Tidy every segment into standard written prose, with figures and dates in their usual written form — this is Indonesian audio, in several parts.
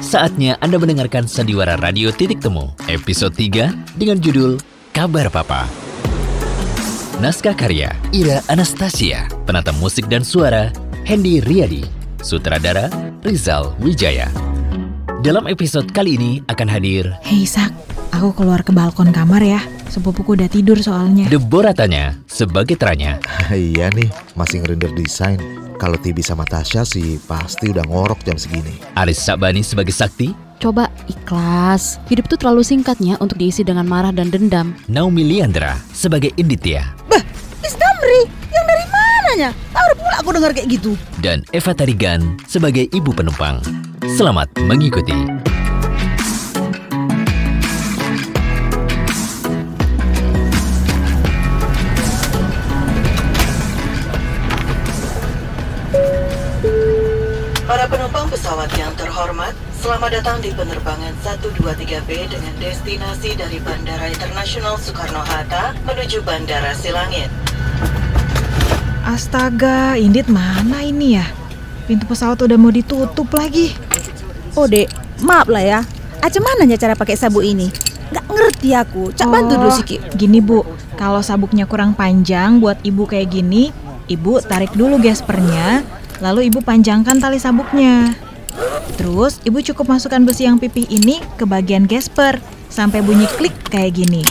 Saatnya Anda mendengarkan Sandiwara Radio Titik Temu, episode 3 dengan judul Kabar Papa. Naskah karya Ira Anastasia, penata musik dan suara Hendy Riyadi, sutradara Rizal Wijaya. Dalam episode kali ini akan hadir Hei Sak, aku keluar ke balkon kamar ya. Sepupuku udah tidur soalnya. Deborah Tanya sebagai Tranya. Iya nih, masih ngerender desain. Kalau Tibi sama Tasya sih pasti udah ngorok jam segini. Aris Sabani sebagai Sakti. Coba ikhlas. Hidup tuh terlalu singkatnya untuk diisi dengan marah dan dendam. Naomi Liandra sebagai Inditya. Bah, Miss Damri, yang dari mananya? Baru pula aku dengar kayak gitu. Dan Eva Tarigan sebagai ibu penumpang. Selamat mengikuti. Para penumpang pesawat yang terhormat, selamat datang di penerbangan 123B dengan destinasi dari Bandara Internasional Soekarno-Hatta menuju Bandara Silangit. Astaga, Indit mana ini ya? Pintu pesawat udah mau ditutup lagi. Oh dek, maaf lah ya. Macam mananya cara pakai sabuk ini? Nggak ngerti aku. Cak bantu dulu sikit. Gini Bu, kalau sabuknya kurang panjang buat ibu kayak gini, ibu tarik dulu gespernya, lalu ibu panjangkan tali sabuknya. Terus ibu cukup masukkan besi yang pipih ini ke bagian gesper sampai bunyi klik kayak gini.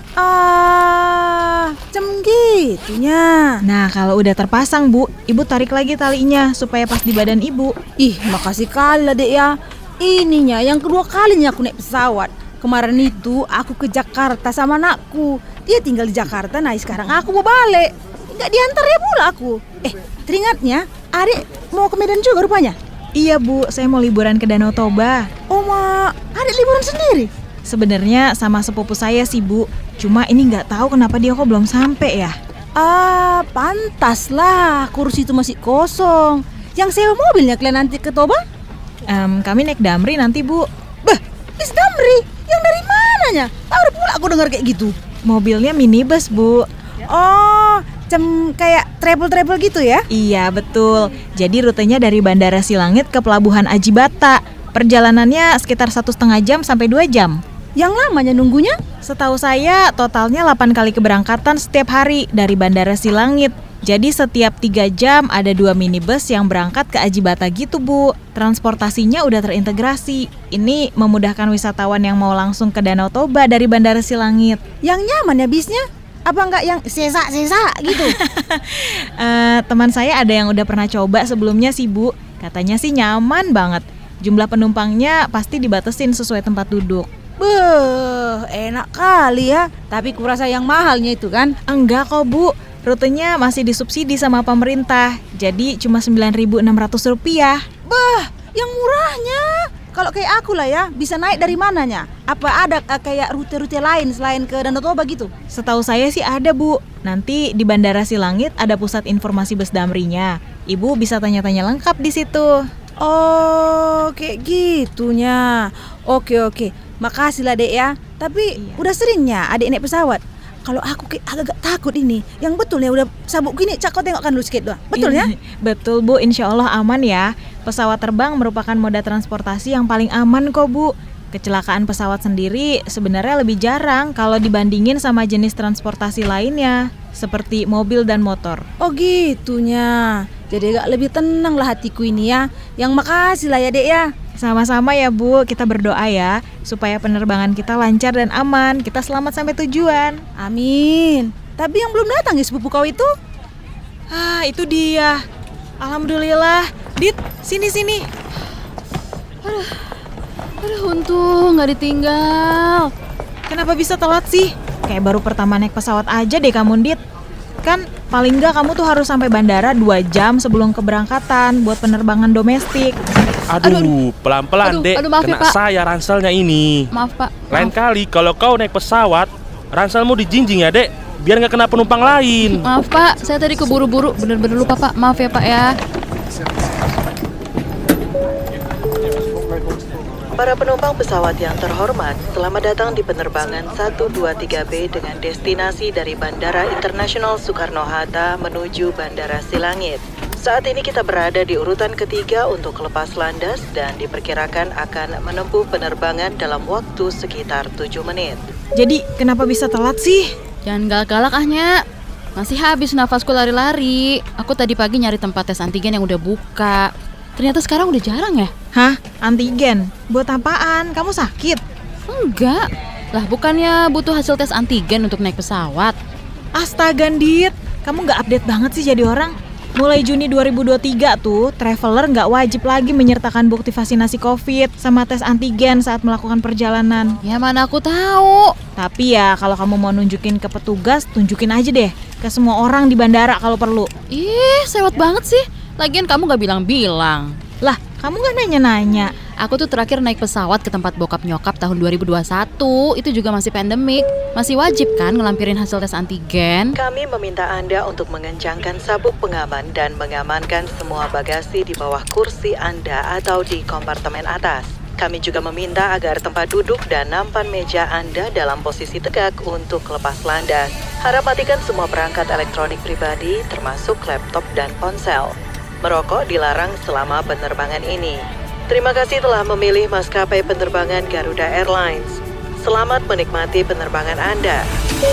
Macam gitunya. Nah kalau udah terpasang Bu, ibu tarik lagi talinya supaya pas di badan ibu. Ih, makasih kali lah dek ya. Ininya yang kedua kalinya aku naik pesawat. Kemarin itu aku ke Jakarta sama anakku. Dia tinggal di Jakarta, nah sekarang aku mau balik. Nggak diantar ya pula aku. Teringatnya, adik mau ke Medan juga rupanya? Iya Bu, saya mau liburan ke Danau Toba. Oh mak, adik liburan sendiri? Sebenarnya sama sepupu saya sih Bu, cuma ini nggak tahu kenapa dia kok belum sampai ya. Pantas lah, kursi itu masih kosong. Yang sewa mobilnya kalian nanti ke Toba? Kami naik Damri nanti Bu. Bah, Miss Damri, yang dari mananya? Baru pula aku dengar kayak gitu. Mobilnya minibus Bu. Oh, kayak travel gitu ya? Iya betul, jadi rutenya dari Bandara Silangit ke Pelabuhan Aji Bata. Perjalanannya sekitar 1,5 jam sampai 2 jam. Yang lamanya nunggunya? Setahu saya totalnya 8 kali keberangkatan setiap hari dari Bandara Silangit. Jadi setiap 3 jam ada 2 minibus yang berangkat ke Aji Bata gitu Bu. Transportasinya udah terintegrasi. Ini memudahkan wisatawan yang mau langsung ke Danau Toba dari Bandara Silangit. Yang nyaman ya bisnya? Apa enggak yang sesa gitu? Teman saya ada yang udah pernah coba sebelumnya sih Bu. Katanya sih nyaman banget. Jumlah penumpangnya pasti dibatasin sesuai tempat duduk. Beuh, enak kali ya. Tapi kurasa yang mahalnya itu kan? Enggak kok Bu, rutenya masih disubsidi sama pemerintah. Jadi cuma Rp9.600. Bah, yang murahnya. Kalau kayak aku lah ya, bisa naik dari mananya? Apa ada kayak rute-rute lain selain ke Danau Toba gitu? Setahu saya sih ada Bu. Nanti di Bandara Silangit ada pusat informasi bus Damrinya. Ibu bisa tanya-tanya lengkap di situ. Oh, kayak gitunya. Oke. Makasih lah dek ya. Tapi udah seringnya adik naik pesawat. Kalau aku agak takut ini. Yang betul ya udah sabuk gini, Cak kau tengokkan dulu sedikit doang. Betul ya? Betul Bu, insya Allah aman ya. Pesawat terbang merupakan moda transportasi yang paling aman kok Bu. Kecelakaan pesawat sendiri sebenarnya lebih jarang kalau dibandingin sama jenis transportasi lainnya, seperti mobil dan motor. Oh gitunya. Jadi agak lebih tenang lah hatiku ini ya. Yang makasih lah ya dek ya. Sama-sama ya Bu, kita berdoa ya supaya penerbangan kita lancar dan aman, kita selamat sampai tujuan. Amin. Tapi yang belum datang ya sepupu kau itu? Itu dia. Alhamdulillah. Dit, sini. Aduh, untung gak ditinggal. Kenapa bisa telat sih? Kayak baru pertama naik pesawat aja deh kamu, Dit. Kan paling nggak kamu tuh harus sampai bandara 2 jam sebelum keberangkatan buat penerbangan domestik. Aduh, pelan-pelan Dek, maaf kena ya, Pak. saya ranselnya ini. Maaf Pak. Lain kali kalau kau naik pesawat, ranselmu dijinjing ya Dek, biar nggak kena penumpang lain. Maaf Pak, saya tadi keburu-buru, bener-bener lupa Pak. Maaf ya Pak ya. Para penumpang pesawat yang terhormat, selamat datang di penerbangan 123B dengan destinasi dari Bandara Internasional Soekarno-Hatta menuju Bandara Silangit. Saat ini kita berada di urutan ketiga untuk lepas landas dan diperkirakan akan menempuh penerbangan dalam waktu sekitar 7 menit. Jadi kenapa bisa telat sih? Jangan galak-galak Nya. Masih habis nafasku lari-lari. Aku tadi pagi nyari tempat tes antigen yang udah buka. Ternyata sekarang udah jarang ya? Hah? Antigen? Buat apaan? Kamu sakit? Enggak. Lah bukannya butuh hasil tes antigen untuk naik pesawat? Astaga, Dit. Kamu nggak update banget sih jadi orang. Mulai Juni 2023 tuh, traveler nggak wajib lagi menyertakan bukti vaksinasi COVID sama tes antigen saat melakukan perjalanan. Ya mana aku tahu. Tapi ya kalau kamu mau nunjukin ke petugas, tunjukin aja deh ke semua orang di bandara kalau perlu. Ih, sewot banget sih. Lagian kamu gak bilang-bilang. Lah, kamu nggak nanya-nanya. Aku tuh terakhir naik pesawat ke tempat bokap nyokap tahun 2021. Itu juga masih pandemik. Masih wajib kan ngelampirin hasil tes antigen? Kami meminta Anda untuk mengencangkan sabuk pengaman dan mengamankan semua bagasi di bawah kursi Anda atau di kompartemen atas. Kami juga meminta agar tempat duduk dan nampan meja Anda dalam posisi tegak untuk lepas landas. Harap matikan semua perangkat elektronik pribadi termasuk laptop dan ponsel. Merokok dilarang selama penerbangan ini. Terima kasih telah memilih maskapai penerbangan Garuda Airlines. Selamat menikmati penerbangan Anda.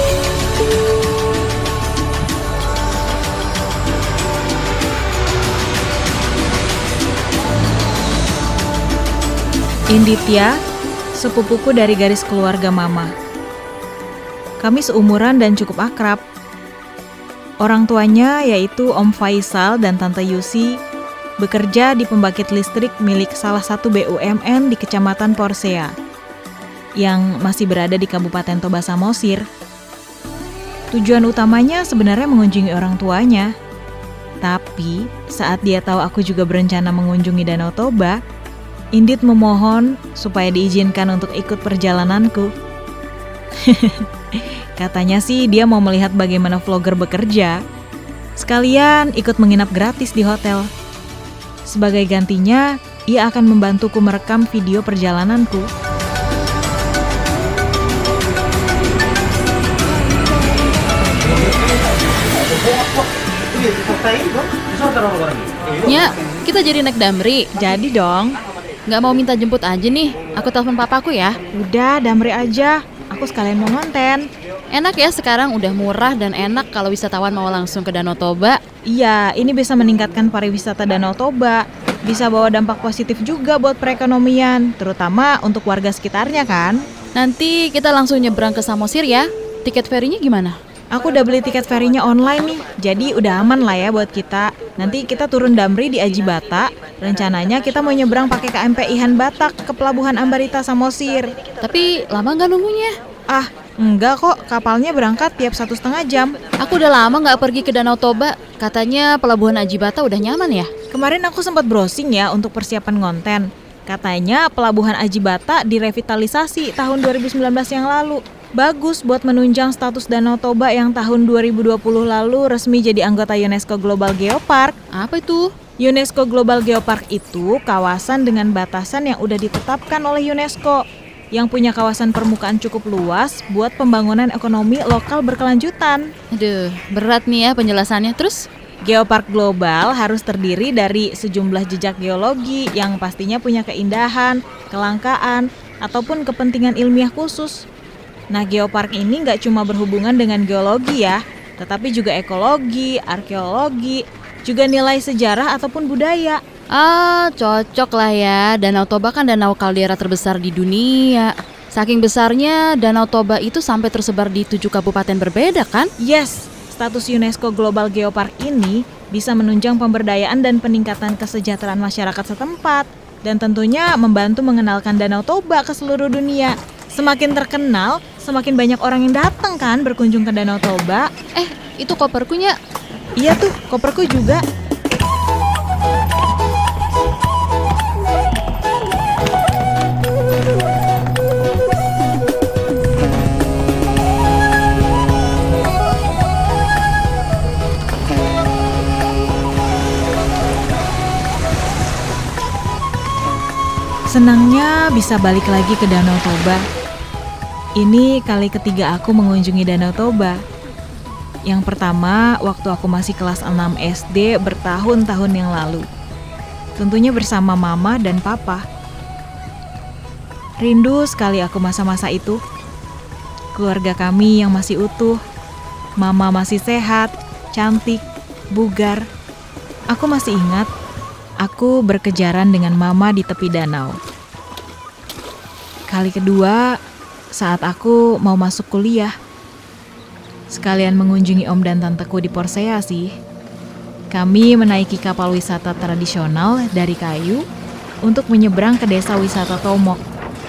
Inditya, sepupuku dari garis keluarga mama. Kami seumuran dan cukup akrab. Orang tuanya yaitu Om Faisal dan Tante Yusi bekerja di pembangkit listrik milik salah satu BUMN di Kecamatan Porsea yang masih berada di Kabupaten Toba Samosir. Tujuan utamanya sebenarnya mengunjungi orang tuanya. Tapi saat dia tahu aku juga berencana mengunjungi Danau Toba, Indit memohon supaya diizinkan untuk ikut perjalananku. Katanya sih dia mau melihat bagaimana vlogger bekerja. Sekalian ikut menginap gratis di hotel. Sebagai gantinya, ia akan membantuku merekam video perjalananku. Ya, kita jadi naik Damri. Jadi dong. Nggak mau minta jemput aja nih. Aku telepon papaku ya. Udah, Damri aja. Aku sekalian mau ngonten. Enak ya sekarang udah murah dan enak kalau wisatawan mau langsung ke Danau Toba. Iya, ini bisa meningkatkan pariwisata Danau Toba. Bisa bawa dampak positif juga buat perekonomian, terutama untuk warga sekitarnya kan. Nanti kita langsung nyebrang ke Samosir ya. Tiket ferinya gimana? Aku udah beli tiket ferinya online nih, jadi udah aman lah ya buat kita. Nanti kita turun Damri di Aji Bata. Rencananya kita mau nyebrang pakai KMP Ihan Batak ke Pelabuhan Ambarita Samosir. Tapi lama nggak nunggunya? Ah, enggak kok, kapalnya berangkat tiap 1,5 jam. Aku udah lama nggak pergi ke Danau Toba. Katanya Pelabuhan Aji Bata udah nyaman ya? Kemarin aku sempat browsing ya untuk persiapan konten. Katanya Pelabuhan Aji Bata direvitalisasi tahun 2019 yang lalu. Bagus buat menunjang status Danau Toba yang tahun 2020 lalu resmi jadi anggota UNESCO Global Geopark. Apa itu? UNESCO Global Geopark itu kawasan dengan batasan yang udah ditetapkan oleh UNESCO, yang punya kawasan permukaan cukup luas buat pembangunan ekonomi lokal berkelanjutan. Aduh, berat nih ya penjelasannya. Terus? Geopark global harus terdiri dari sejumlah jejak geologi yang pastinya punya keindahan, kelangkaan, ataupun kepentingan ilmiah khusus. Nah, geopark ini nggak cuma berhubungan dengan geologi ya, tetapi juga ekologi, arkeologi, juga nilai sejarah ataupun budaya. Ah, cocok lah ya. Danau Toba kan danau kaldera terbesar di dunia. Saking besarnya, Danau Toba itu sampai tersebar di 7 kabupaten berbeda kan? Yes, status UNESCO Global Geopark ini bisa menunjang pemberdayaan dan peningkatan kesejahteraan masyarakat setempat. Dan tentunya membantu mengenalkan Danau Toba ke seluruh dunia. Semakin terkenal, semakin banyak orang yang datang kan berkunjung ke Danau Toba. Itu koperkunya. Iya tuh, koperku juga. Senangnya bisa balik lagi ke Danau Toba. Ini kali ketiga aku mengunjungi Danau Toba. Yang pertama, waktu aku masih kelas 6 SD bertahun-tahun yang lalu. Tentunya bersama mama dan papa. Rindu sekali aku masa-masa itu. Keluarga kami yang masih utuh. Mama masih sehat, cantik, bugar. Aku masih ingat, aku berkejaran dengan mama di tepi danau. Kali kedua, saat aku mau masuk kuliah. Sekalian mengunjungi om dan tanteku di Porsea sih. Kami menaiki kapal wisata tradisional dari kayu untuk menyeberang ke desa wisata Tomok.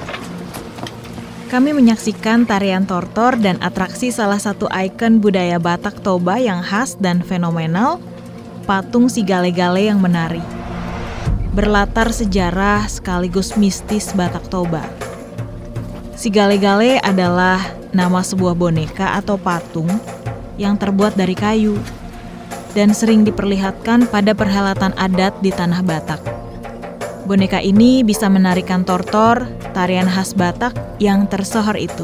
Kami menyaksikan tarian tortor dan atraksi salah satu ikon budaya Batak Toba yang khas dan fenomenal, patung si gale-gale yang menari. Berlatar sejarah sekaligus mistis Batak Toba. Si gale-gale adalah nama sebuah boneka atau patung yang terbuat dari kayu dan sering diperlihatkan pada perhelatan adat di tanah Batak. Boneka ini bisa menarikan tortor, tarian khas Batak yang tersohor itu.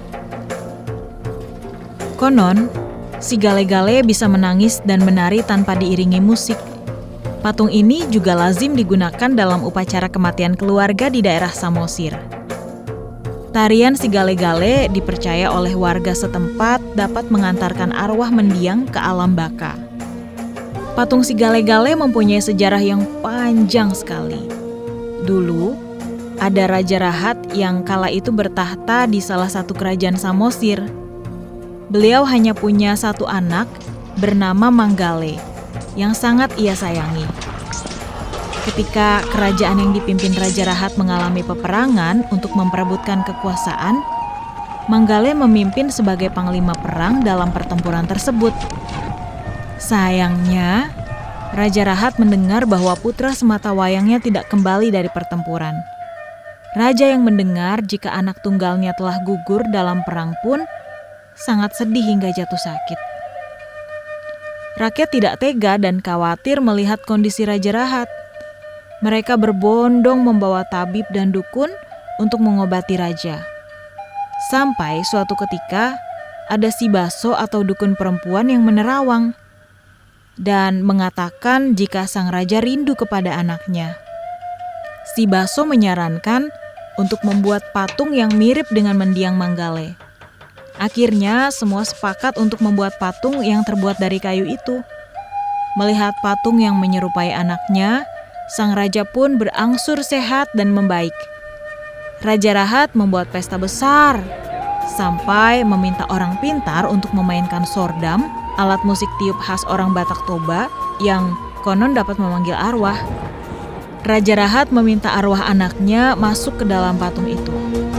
Konon, si gale-gale bisa menangis dan menari tanpa diiringi musik. Patung ini juga lazim digunakan dalam upacara kematian keluarga di daerah Samosir. Tarian si gale-gale dipercaya oleh warga setempat dapat mengantarkan arwah mendiang ke alam baka. Patung si gale-gale mempunyai sejarah yang panjang sekali. Dulu, ada Raja Rahat yang kala itu bertahta di salah satu kerajaan Samosir. Beliau hanya punya satu anak bernama Manggale yang sangat ia sayangi. Ketika kerajaan yang dipimpin Raja Rahat mengalami peperangan untuk memperebutkan kekuasaan, Manggale memimpin sebagai panglima perang dalam pertempuran tersebut. Sayangnya, Raja Rahat mendengar bahwa putra sematawayangnya tidak kembali dari pertempuran. Raja yang mendengar jika anak tunggalnya telah gugur dalam perang pun sangat sedih hingga jatuh sakit. Rakyat tidak tega dan khawatir melihat kondisi Raja Rahat. Mereka berbondong membawa tabib dan dukun untuk mengobati raja. Sampai suatu ketika ada si Baso atau dukun perempuan yang menerawang dan mengatakan jika sang raja rindu kepada anaknya. Si Baso menyarankan untuk membuat patung yang mirip dengan mendiang Manggale. Akhirnya semua sepakat untuk membuat patung yang terbuat dari kayu itu. Melihat patung yang menyerupai anaknya, sang raja pun berangsur sehat dan membaik. Raja Rahat membuat pesta besar, sampai meminta orang pintar untuk memainkan sordam, alat musik tiup khas orang Batak Toba yang konon dapat memanggil arwah. Raja Rahat meminta arwah anaknya masuk ke dalam patung itu.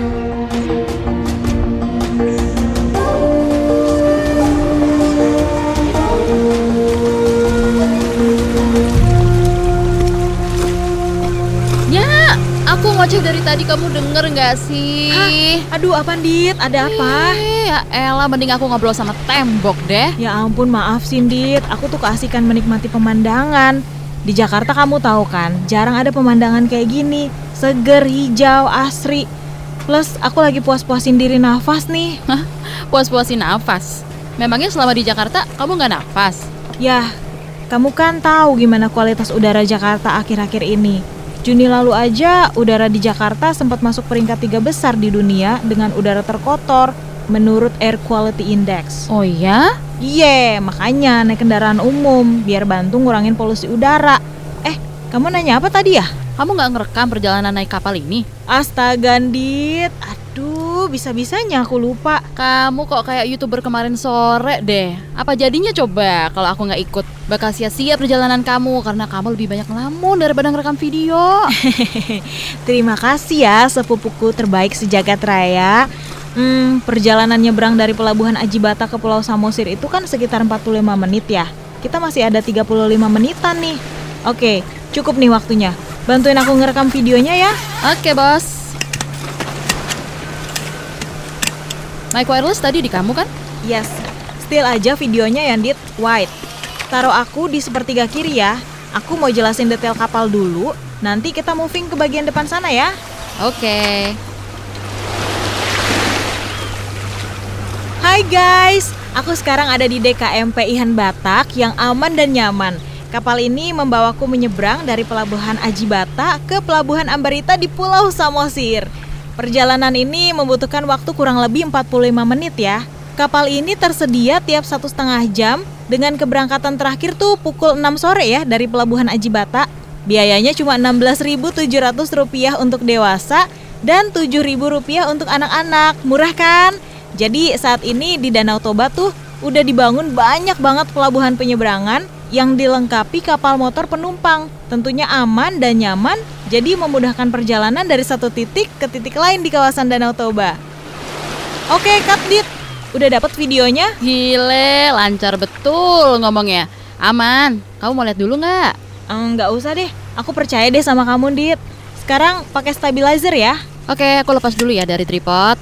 Aku ngoceh dari tadi, kamu denger gak sih? Hah? Aduh, apaan Dit? Ada apa? Ya elah, mending aku ngobrol sama tembok deh. Ya ampun, maaf Dit. Aku tuh keasikan menikmati pemandangan. Di Jakarta kamu tahu kan, jarang ada pemandangan kayak gini. Seger, hijau, asri. Plus aku lagi puas-puasin diri nafas nih. Hah? Puas-puasin nafas? Memangnya selama di Jakarta kamu gak nafas? Yah, kamu kan tahu gimana kualitas udara Jakarta akhir-akhir ini. Juni lalu aja udara di Jakarta sempat masuk peringkat 3 besar di dunia dengan udara terkotor menurut Air Quality Index. Oh iya? Iya, makanya naik kendaraan umum biar bantu ngurangin polusi udara. Kamu nanya apa tadi ya? Kamu gak ngerekam perjalanan naik kapal ini? Astaga, Dit. Aduh, bisa-bisanya aku lupa. Kamu kok kayak YouTuber kemarin sore deh. Apa jadinya coba kalau aku gak ikut? Bakal sia-sia perjalanan kamu karena kamu lebih banyak ngelamun daripada ngerekam video. Terima kasih ya sepupuku terbaik sejagat raya. Perjalanan nyebrang dari Pelabuhan Aji Bata ke Pulau Samosir itu kan sekitar 45 menit ya. Kita masih ada 35 menitan nih. Oke, cukup nih waktunya. Bantuin aku ngerekam videonya ya. Oke, bos. Mic wireless tadi di kamu kan? Yes. Still aja videonya yang Dit wide. Taruh aku di sepertiga kiri ya. Aku mau jelasin detail kapal dulu. Nanti kita moving ke bagian depan sana ya. Oke. Hai guys, Aku sekarang ada di DKMP Ihan Batak yang aman dan nyaman. Kapal ini membawaku menyeberang dari Pelabuhan Ajibata ke Pelabuhan Ambarita di Pulau Samosir. Perjalanan ini membutuhkan waktu kurang lebih 45 menit ya. Kapal ini tersedia tiap 1,5 jam dengan keberangkatan terakhir tuh pukul 6 sore ya dari Pelabuhan Ajibata. Biayanya cuma Rp16.700 untuk dewasa dan Rp7.000 untuk anak-anak. Murah kan? Jadi saat ini di Danau Toba tuh udah dibangun banyak banget pelabuhan penyeberangan yang dilengkapi kapal motor penumpang. Tentunya aman dan nyaman, jadi memudahkan perjalanan dari satu titik ke titik lain di kawasan Danau Toba. Oke, cut Dit. Udah dapat videonya? Gile, lancar betul ngomongnya. Aman, kamu mau lihat dulu nggak? Nggak usah deh, aku percaya deh sama kamu Dit. Sekarang pakai stabilizer ya. Oke, aku lepas dulu ya dari tripod.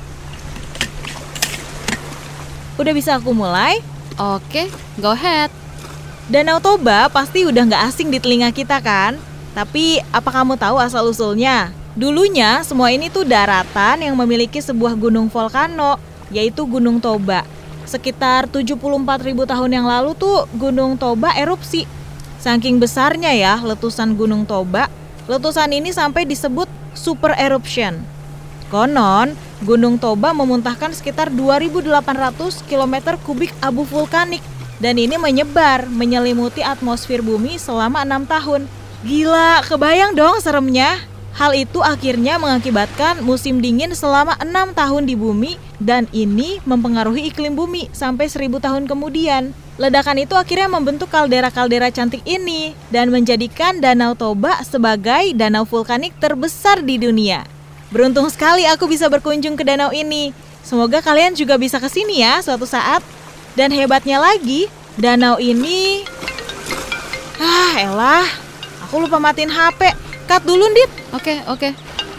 Udah bisa aku mulai? Oke, go ahead. Danau Toba pasti udah nggak asing di telinga kita kan? Tapi apa kamu tahu asal-usulnya? Dulunya semua ini tuh daratan yang memiliki sebuah gunung volcano, yaitu Gunung Toba. Sekitar 74.000 tahun yang lalu tuh Gunung Toba erupsi. Saking besarnya ya letusan Gunung Toba, letusan ini sampai disebut super eruption. Konon, Gunung Toba memuntahkan sekitar 2.800 km kubik abu vulkanik. Dan ini menyebar, menyelimuti atmosfer bumi selama 6 tahun. Gila, kebayang dong seremnya. Hal itu akhirnya mengakibatkan musim dingin selama 6 tahun di bumi. Dan ini mempengaruhi iklim bumi sampai 1.000 tahun kemudian. Ledakan itu akhirnya membentuk kaldera-kaldera cantik ini. Dan menjadikan Danau Toba sebagai danau vulkanik terbesar di dunia. Beruntung sekali aku bisa berkunjung ke danau ini. Semoga kalian juga bisa ke sini ya suatu saat. Dan hebatnya lagi, danau ini... elah, aku lupa matiin HP. Cut dulu, Dit. Oke.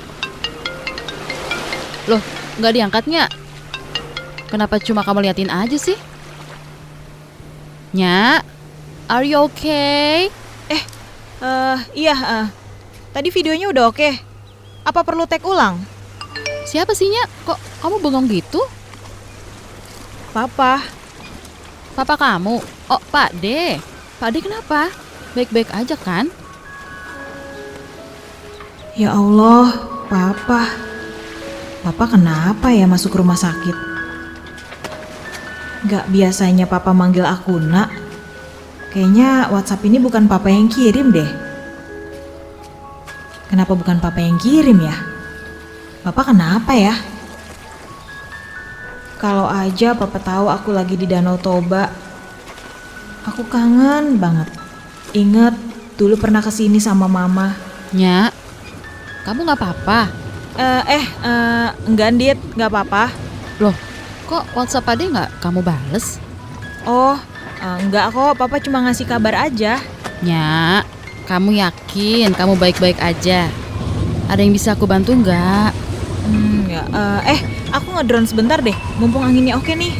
Loh, nggak diangkatnya? Kenapa cuma kamu liatin aja sih? Nya, are you okay? Iya. Tadi videonya udah oke. Apa perlu take ulang? Siapa sih, Nya? Kok kamu bengong gitu? Papa kamu? Oh, Pak D. Pak D kenapa? Baik-baik aja kan? Ya Allah, Papa kenapa ya masuk rumah sakit? Gak biasanya Papa manggil aku Nak. Kayaknya WhatsApp ini bukan Papa yang kirim deh. Kenapa bukan Papa yang kirim ya? Papa kenapa ya? Kalau aja Papa tahu aku lagi di Danau Toba. Aku kangen banget. Ingat dulu pernah kesini sama Mama. Nya, kamu gak apa-apa? Enggak Dit, gak apa-apa. Loh, kok WhatsApp Ade gak kamu bales? Oh, enggak kok, Papa cuma ngasih kabar aja. Nya, kamu yakin kamu baik-baik aja? Ada yang bisa aku bantu gak? Aku ngedrone sebentar deh, mumpung anginnya oke nih.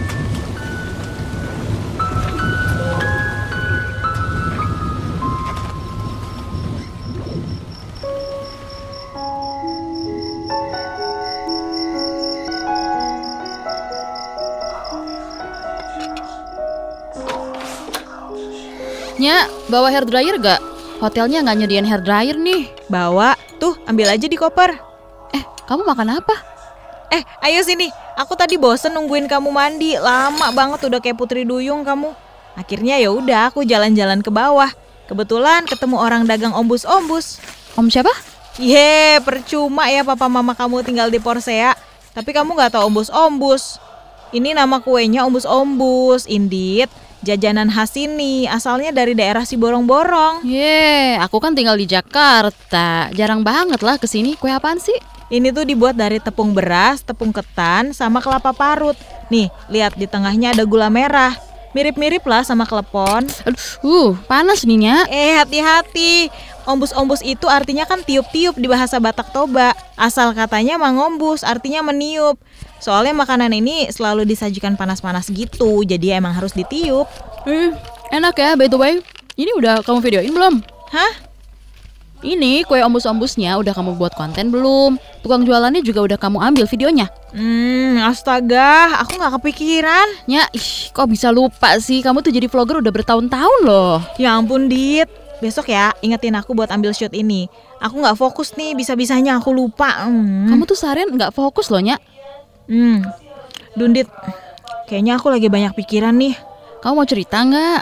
Nya, bawa hair dryer gak? Hotelnya gak nyediain hair dryer nih. Bawa, tuh ambil aja di koper. Kamu makan apa? Ayo sini, aku tadi bosen nungguin kamu mandi. Lama banget udah kayak Putri Duyung kamu. Akhirnya ya udah aku jalan-jalan ke bawah. Kebetulan ketemu orang dagang ombus-ombus. Om siapa? Percuma ya papa mama kamu tinggal di Porsea. Tapi kamu gak tahu ombus-ombus. Ini nama kuenya ombus-ombus, Indit. Jajanan khas sini, asalnya dari daerah Siborong-Borong. Aku kan tinggal di Jakarta. Jarang banget lah kesini. Kue apaan sih? Ini tuh dibuat dari tepung beras, tepung ketan, sama kelapa parut. Nih, lihat di tengahnya ada gula merah. Mirip-mirip lah sama klepon. Aduh, panas nih, Nya. Hati-hati. Ombus-ombus itu artinya kan tiup-tiup di bahasa Batak Toba. Asal katanya mangombus, artinya meniup. Soalnya makanan ini selalu disajikan panas-panas gitu, jadi emang harus ditiup. Enak ya, by the way. Ini udah kamu videoin belum? Hah? Ini kue ombus-ombusnya udah kamu buat konten belum? Tukang jualannya juga udah kamu ambil videonya? Astaga, aku gak kepikiran. Ya, kok bisa lupa sih? Kamu tuh jadi vlogger udah bertahun-tahun loh. Ya ampun Dit, besok ya ingetin aku buat ambil shoot ini. Aku gak fokus nih, bisa-bisanya aku lupa. Kamu tuh seharian gak fokus loh, Nya. Dundit, kayaknya aku lagi banyak pikiran nih. Kamu mau cerita gak?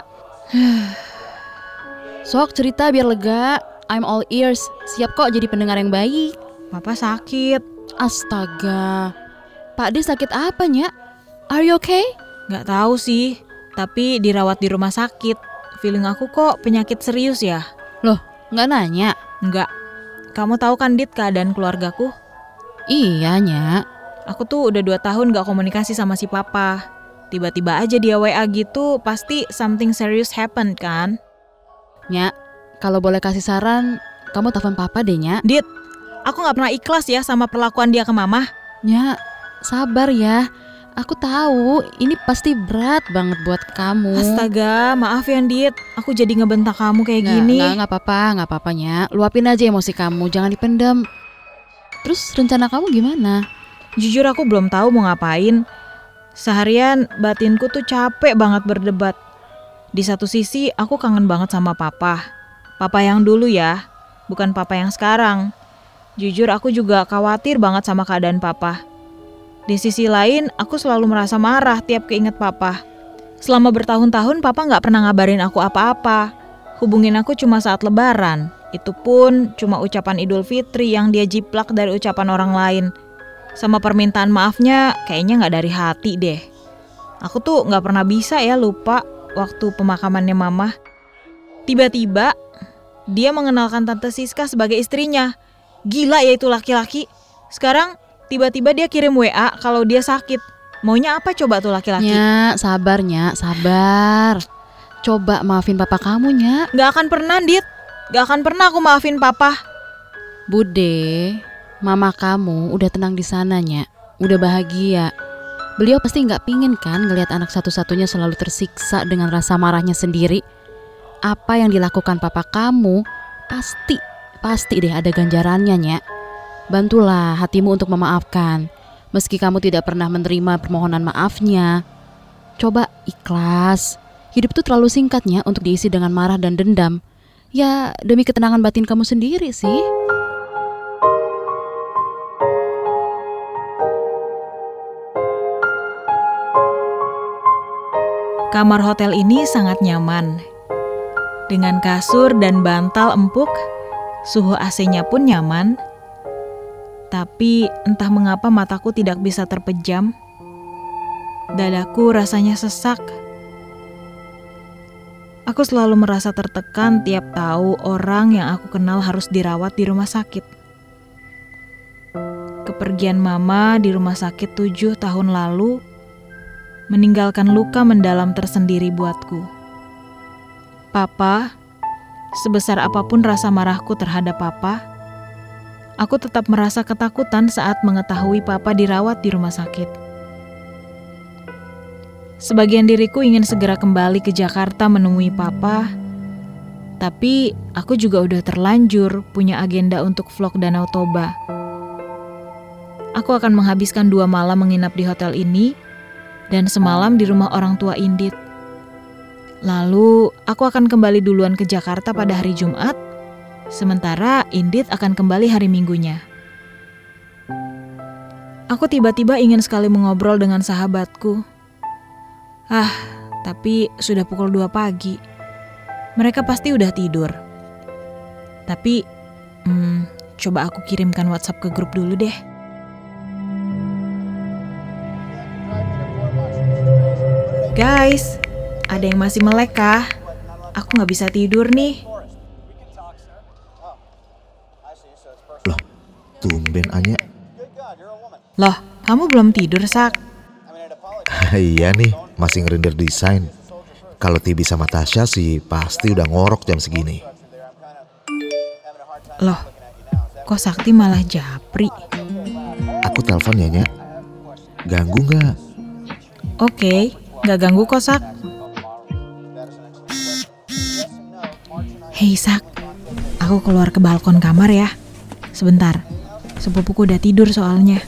Sok cerita biar lega. I'm all ears. Siap kok jadi pendengar yang baik. Papa sakit. Astaga. Pak D sakit apa, Nya? Are you okay? Gak tahu sih, tapi dirawat di rumah sakit. Feeling aku kok penyakit serius ya? Loh, gak nanya? Enggak. Kamu tahu kan Dit keadaan keluargaku? Iya, Nya. Aku tuh udah 2 tahun gak komunikasi sama si papa. Tiba-tiba aja dia WA gitu, pasti something serious happen kan? Nya, kalau boleh kasih saran, kamu telepon papa deh, Nya. Dit, aku gak pernah ikhlas ya sama perlakuan dia ke mama. Nya, sabar ya. Aku tahu ini pasti berat banget buat kamu. Astaga, maaf ya Dit. Aku jadi ngebentak kamu kayak gini. Nggak apa-apa, Nya. Luapin aja emosi kamu, jangan dipendam. Terus rencana kamu gimana? Jujur aku belum tahu mau ngapain. Seharian batinku tuh capek banget berdebat. Di satu sisi aku kangen banget sama papa. Papa yang dulu ya, bukan papa yang sekarang. Jujur aku juga khawatir banget sama keadaan papa. Di sisi lain aku selalu merasa marah tiap keinget papa. Selama bertahun-tahun papa gak pernah ngabarin aku apa-apa. Hubungin aku cuma saat lebaran. Itu pun cuma ucapan Idul Fitri yang dia jiplak dari ucapan orang lain. Sama permintaan maafnya kayaknya gak dari hati deh. Aku tuh gak pernah bisa ya lupa waktu pemakamannya mama. Tiba-tiba dia mengenalkan Tante Siska sebagai istrinya. Gila ya itu laki-laki. Sekarang tiba-tiba dia kirim WA kalau dia sakit. Maunya apa coba tuh laki-laki? Nya, sabar. Coba maafin papa kamu, Nya. Gak akan pernah, Dit. Gak akan pernah aku maafin papa. Bude, mama kamu udah tenang di sana, Nya. Udah bahagia. Beliau pasti gak pingin kan ngelihat anak satu-satunya selalu tersiksa dengan rasa marahnya sendiri. Apa yang dilakukan papa kamu pasti deh ada ganjarannya, Nya. Bantulah hatimu untuk memaafkan. Meski kamu tidak pernah menerima permohonan maafnya. Coba ikhlas. Hidup itu terlalu singkatnya untuk diisi dengan marah dan dendam. Ya demi ketenangan batin kamu sendiri sih. Kamar hotel ini sangat nyaman. Dengan kasur dan bantal empuk, suhu AC-nya pun nyaman. Tapi entah mengapa mataku tidak bisa terpejam. Dadaku rasanya sesak. Aku selalu merasa tertekan tiap tahu orang yang aku kenal harus dirawat di rumah sakit. Kepergian mama di rumah sakit 7 tahun lalu meninggalkan luka mendalam tersendiri buatku. Papa, sebesar apapun rasa marahku terhadap papa, aku tetap merasa ketakutan saat mengetahui papa dirawat di rumah sakit. Sebagian diriku ingin segera kembali ke Jakarta menemui papa, tapi aku juga udah terlanjur punya agenda untuk vlog Danau Toba. Aku akan menghabiskan 2 malam menginap di hotel ini dan semalam di rumah orang tua Indit. Lalu aku akan kembali duluan ke Jakarta pada hari Jumat, sementara Indit akan kembali hari Minggunya. Aku tiba-tiba ingin sekali mengobrol dengan sahabatku. Tapi sudah pukul 2 pagi. Mereka pasti udah tidur. Tapi, coba aku kirimkan WhatsApp ke grup dulu deh. Guys, ada yang masih melek kah? Aku gak bisa tidur nih. Loh, tumben Anya. Loh, kamu belum tidur, Sak? Iya nih, masih ngerinder desain. Kalau Tibi sama Tasya sih pasti udah ngorok jam segini. Loh, kok Sakti malah japri? Aku telepon ya, Nya. Ganggu nggak? Oke, nggak ganggu kok, Sak. Hei Sak, Aku keluar ke balkon kamar ya. Sebentar, sepupuku udah tidur soalnya.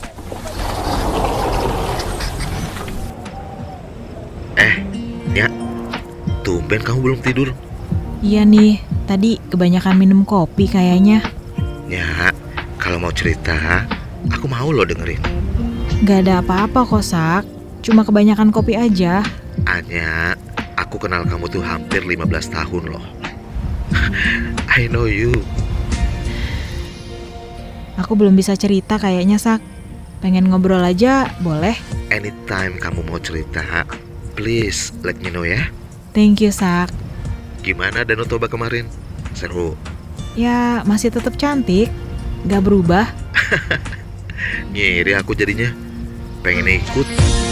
Ya, tumben kamu belum tidur. Iya nih, tadi kebanyakan minum kopi kayaknya. Ya, kalau mau cerita, aku mau lo dengerin. Gak ada apa-apa kok, Sak. Cuma kebanyakan kopi aja. Anya, aku kenal kamu tuh hampir 15 tahun loh. I know you. Aku belum bisa cerita kayaknya, Sak. Pengen ngobrol aja, boleh? Anytime kamu mau cerita, please let me know ya. Thank you, Sak. Gimana Danau Toba kemarin? Seru? Ya, masih tetap cantik. Gak berubah. Ngiri aku jadinya. Pengen ikut.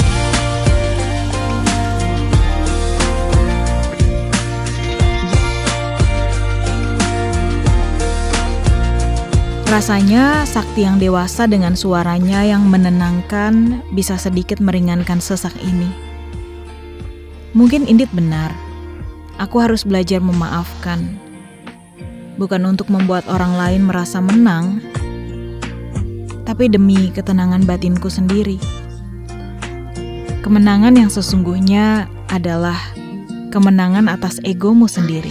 Rasanya Sakti yang dewasa dengan suaranya yang menenangkan bisa sedikit meringankan sesak ini. Mungkin Indit benar. Aku harus belajar memaafkan. Bukan untuk membuat orang lain merasa menang, tapi demi ketenangan batinku sendiri. Kemenangan yang sesungguhnya adalah kemenangan atas egomu sendiri.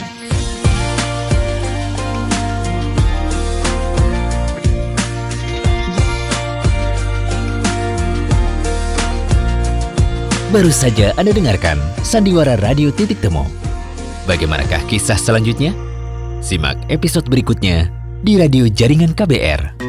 Baru saja Anda dengarkan Sandiwara Radio Titik Temu. Bagaimanakah kisah selanjutnya? Simak episode berikutnya di Radio Jaringan KBR.